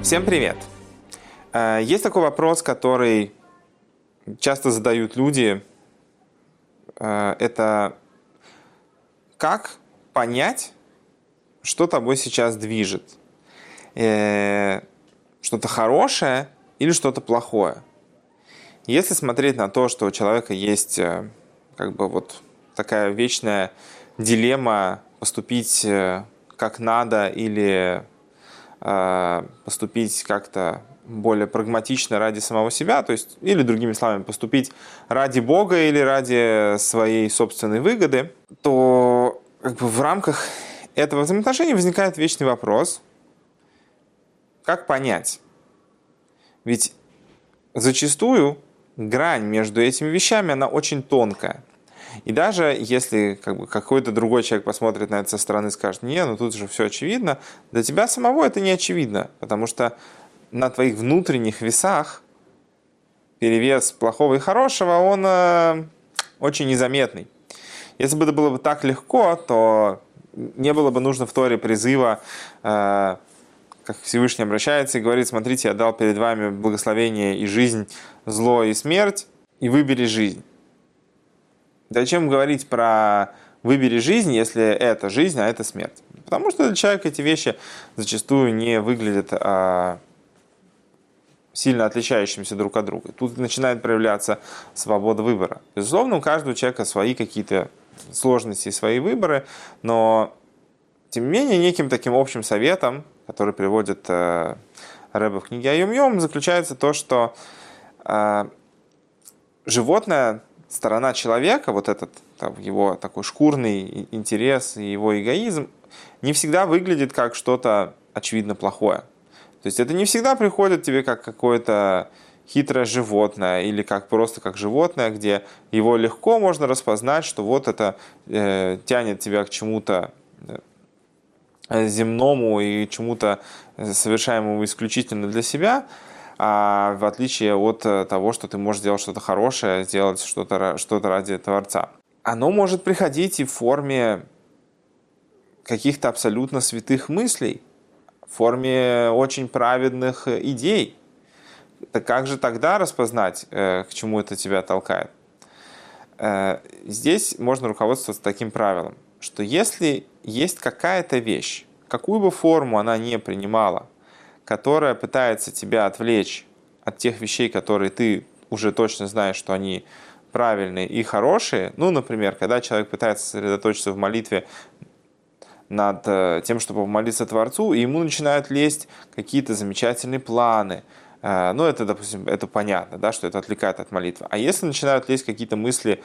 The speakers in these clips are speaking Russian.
Всем привет! Есть такой вопрос, который часто задают люди. Это как понять, что тобой сейчас движет? Что-то хорошее или что-то плохое? Если смотреть на то, что у человека есть такая вечная дилемма поступить как надо или поступить как-то более прагматично ради самого себя, то есть, или другими словами, поступить ради Бога или ради своей собственной выгоды, то в рамках этого взаимоотношения возникает вечный вопрос, как понять? Ведь зачастую грань между этими вещами, она очень тонкая. И даже если какой-то другой человек посмотрит на это со стороны и скажет, тут же все очевидно, для тебя самого это не очевидно, потому что на твоих внутренних весах перевес плохого и хорошего, он очень незаметный. Если бы это было бы так легко, то не было бы нужно в Торе призыва, как Всевышний обращается и говорит, смотрите, я дал перед вами благословение и жизнь, зло и смерть, и выбери жизнь. Зачем говорить про выбери жизнь, если это жизнь, а это смерть? Потому что для человека эти вещи зачастую не выглядят сильно отличающимися друг от друга. Тут начинает проявляться свобода выбора. Безусловно, у каждого человека свои какие-то сложности, свои выборы, но тем не менее неким таким общим советом, который приводит Ребе в книге Айом-Йом, заключается то, что животное, сторона человека, его такой шкурный интерес и его эгоизм, не всегда выглядит как что-то очевидно плохое. То есть это не всегда приходит тебе как какое-то хитрое животное или просто как животное, где его легко можно распознать, что вот это тянет тебя к чему-то земному и чему-то совершаемому исключительно для себя, а в отличие от того, что ты можешь сделать что-то хорошее, сделать что-то ради Творца. Оно может приходить и в форме каких-то абсолютно святых мыслей, в форме очень праведных идей. Так как же тогда распознать, к чему это тебя толкает? Здесь можно руководствоваться таким правилом, что если есть какая-то вещь, какую бы форму она ни принимала, которая пытается тебя отвлечь от тех вещей, которые ты уже точно знаешь, что они правильные и хорошие. Например, когда человек пытается сосредоточиться в молитве над тем, чтобы помолиться Творцу, и ему начинают лезть какие-то замечательные планы. Допустим, это понятно, да, что это отвлекает от молитвы. А если начинают лезть какие-то мысли,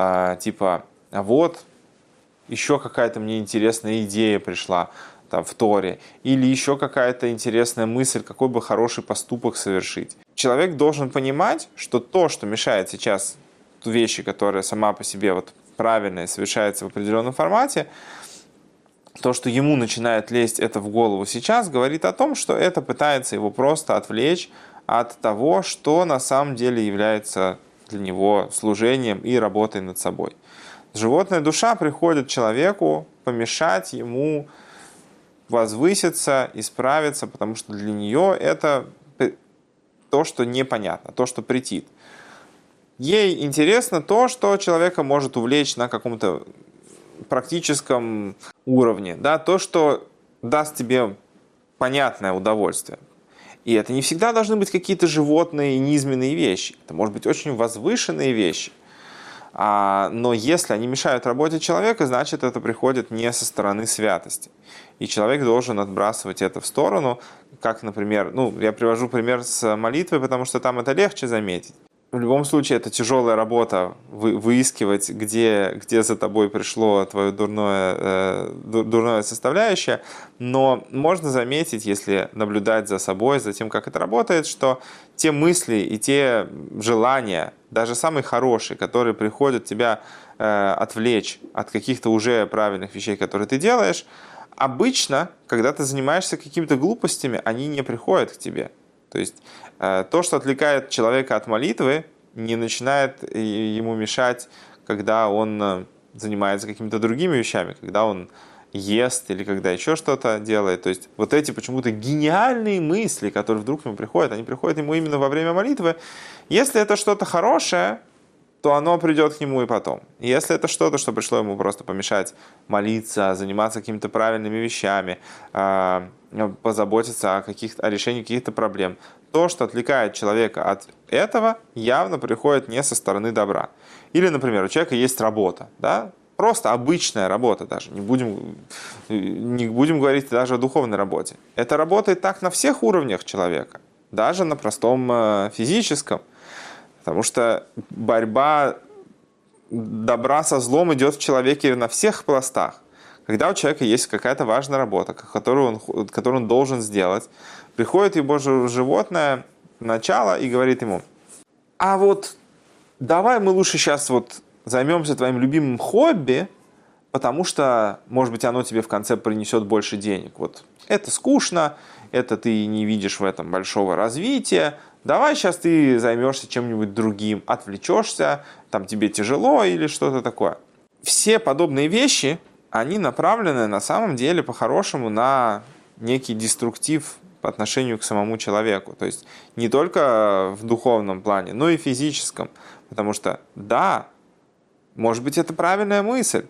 еще какая-то мне интересная идея пришла, в Торе, или еще какая-то интересная мысль, какой бы хороший поступок совершить. Человек должен понимать, что то, что мешает сейчас вещи, которая сама по себе правильная, совершается в определенном формате, то, что ему начинает лезть это в голову сейчас, говорит о том, что это пытается его просто отвлечь от того, что на самом деле является для него служением и работой над собой. Животная душа приходит к человеку помешать ему возвыситься, исправиться, потому что для нее это то, что непонятно, то, что претит. Ей интересно то, что человека может увлечь на каком-то практическом уровне, да, то, что даст тебе понятное удовольствие. И это не всегда должны быть какие-то животные и низменные вещи. Это может быть очень возвышенные вещи. Но если они мешают работе человека, значит, это приходит не со стороны святости. И человек должен отбрасывать это в сторону, как, например, я привожу пример с молитвой, потому что там это легче заметить. В любом случае, это тяжелая работа выискивать, где за тобой пришло твое дурное составляющее, но можно заметить, если наблюдать за собой, за тем, как это работает, что те мысли и те желания, даже самые хорошие, которые приходят тебя отвлечь от каких-то уже правильных вещей, которые ты делаешь, обычно, когда ты занимаешься какими-то глупостями, они не приходят к тебе. То есть то, что отвлекает человека от молитвы, не начинает ему мешать, когда он занимается какими-то другими вещами, когда он ест или когда еще что-то делает. То есть вот эти почему-то гениальные мысли, которые вдруг к нему приходят, они приходят ему именно во время молитвы. Если это что-то хорошее, то оно придет к нему и потом. Если это что-то, что пришло ему просто помешать молиться, заниматься какими-то правильными вещами, позаботиться о решении каких-то проблем, то, что отвлекает человека от этого, явно приходит не со стороны добра. Или, например, у человека есть работа, да? Просто обычная работа даже, не будем говорить даже о духовной работе. Это работает так на всех уровнях человека, даже на простом физическом. Потому что борьба добра со злом идет в человеке на всех пластах. Когда у человека есть какая-то важная работа, которую он должен сделать, приходит его животное начало и говорит ему: а вот давай мы лучше сейчас вот займемся твоим любимым хобби, потому что, может быть, оно тебе в конце принесет больше денег. Вот это скучно, это ты не видишь в этом большого развития. Давай сейчас ты займешься чем-нибудь другим, отвлечешься, там тебе тяжело или что-то такое. Все подобные вещи, они направлены на самом деле по-хорошему на некий деструктив по отношению к самому человеку. То есть не только в духовном плане, но и в физическом. Потому что, да, может быть, это правильная мысль.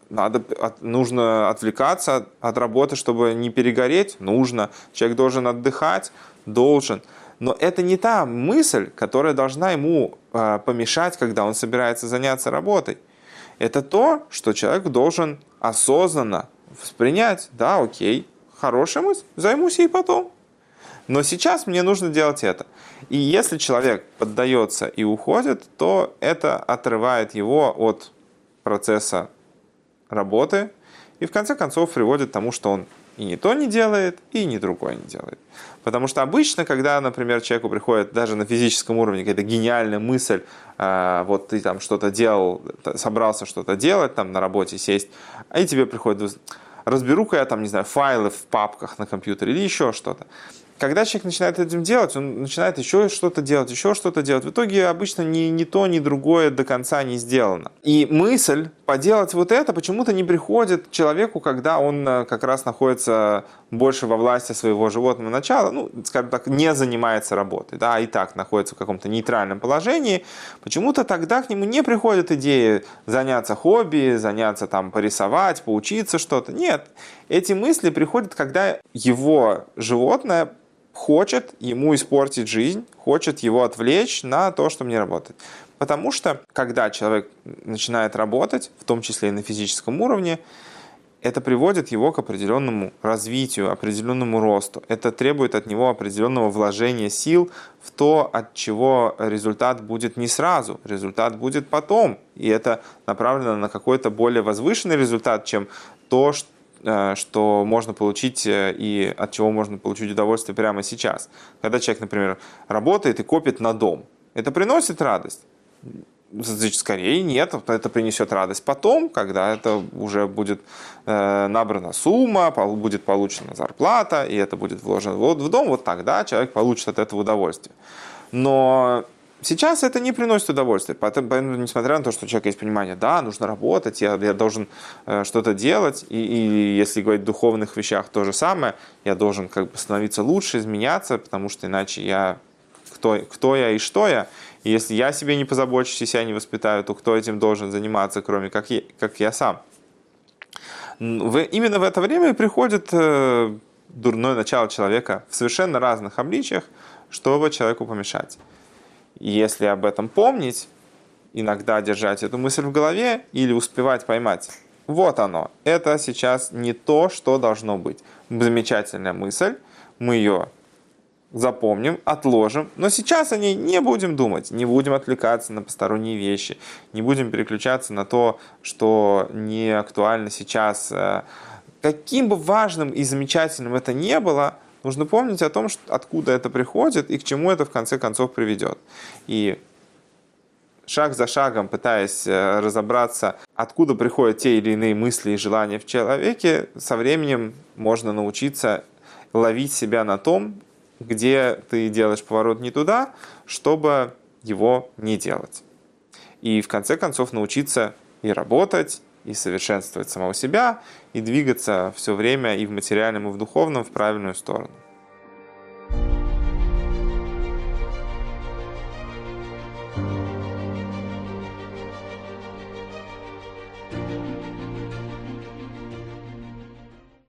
Нужно отвлекаться от работы, чтобы не перегореть. Нужно. Человек должен отдыхать. Должен. Но это не та мысль, которая должна ему помешать, когда он собирается заняться работой. Это то, что человек должен осознанно воспринять. Да, окей, хорошая мысль, займусь ей потом. Но сейчас мне нужно делать это. И если человек поддается и уходит, то это отрывает его от процесса работы и в конце концов приводит к тому, что он и не то не делает, и ни другое не делает. Потому что обычно, когда, например, человеку приходит даже на физическом уровне какая-то гениальная мысль, вот ты там что-то делал, собрался что-то делать, там на работе сесть, и тебе приходит: разберу-ка я там, не знаю, файлы в папках на компьютере или еще что-то. Когда человек начинает этим делать, он начинает еще что-то делать. В итоге обычно ни то, ни другое до конца не сделано. И мысль поделать вот это почему-то не приходит к человеку, когда он как раз находится больше во власти своего животного начала, скажем так, не занимается работой, да, и так находится в каком-то нейтральном положении. Почему-то тогда к нему не приходит идея заняться хобби, заняться там порисовать, поучиться что-то. Нет, эти мысли приходят, когда его животное хочет ему испортить жизнь, хочет его отвлечь на то, что мне работает. Потому что, когда человек начинает работать, в том числе и на физическом уровне, это приводит его к определенному развитию, определенному росту. Это требует от него определенного вложения сил в то, от чего результат будет не сразу, результат будет потом. И это направлено на какой-то более возвышенный результат, чем то, что можно получить и от чего можно получить удовольствие прямо сейчас. Когда человек, например, работает и копит на дом, это приносит радость? Скорее нет, это принесет радость потом, когда это уже будет набрана сумма, будет получена зарплата, и это будет вложено в дом, вот тогда человек получит от этого удовольствие. Но сейчас это не приносит удовольствия, поэтому, несмотря на то, что у человека есть понимание, да, нужно работать, я должен что-то делать, и если говорить о духовных вещах, то же самое, я должен как бы становиться лучше, изменяться, потому что иначе кто я и что я. И если я себе не позабочусь и себя не воспитаю, то кто этим должен заниматься, кроме как я сам? Именно в это время приходит дурное начало человека в совершенно разных обличиях, чтобы человеку помешать. И если об этом помнить, иногда держать эту мысль в голове или успевать поймать. Вот оно. Это сейчас не то, что должно быть. Замечательная мысль. Мы ее запомним, отложим, но сейчас о ней не будем думать, не будем отвлекаться на посторонние вещи, не будем переключаться на то, что не актуально сейчас. Каким бы важным и замечательным это ни было, нужно помнить о том, откуда это приходит и к чему это в конце концов приведет. И шаг за шагом, пытаясь разобраться, откуда приходят те или иные мысли и желания в человеке, со временем можно научиться ловить себя на том, где ты делаешь поворот не туда, чтобы его не делать. И в конце концов научиться и работать, и совершенствовать самого себя, и двигаться все время и в материальном, и в духовном в правильную сторону.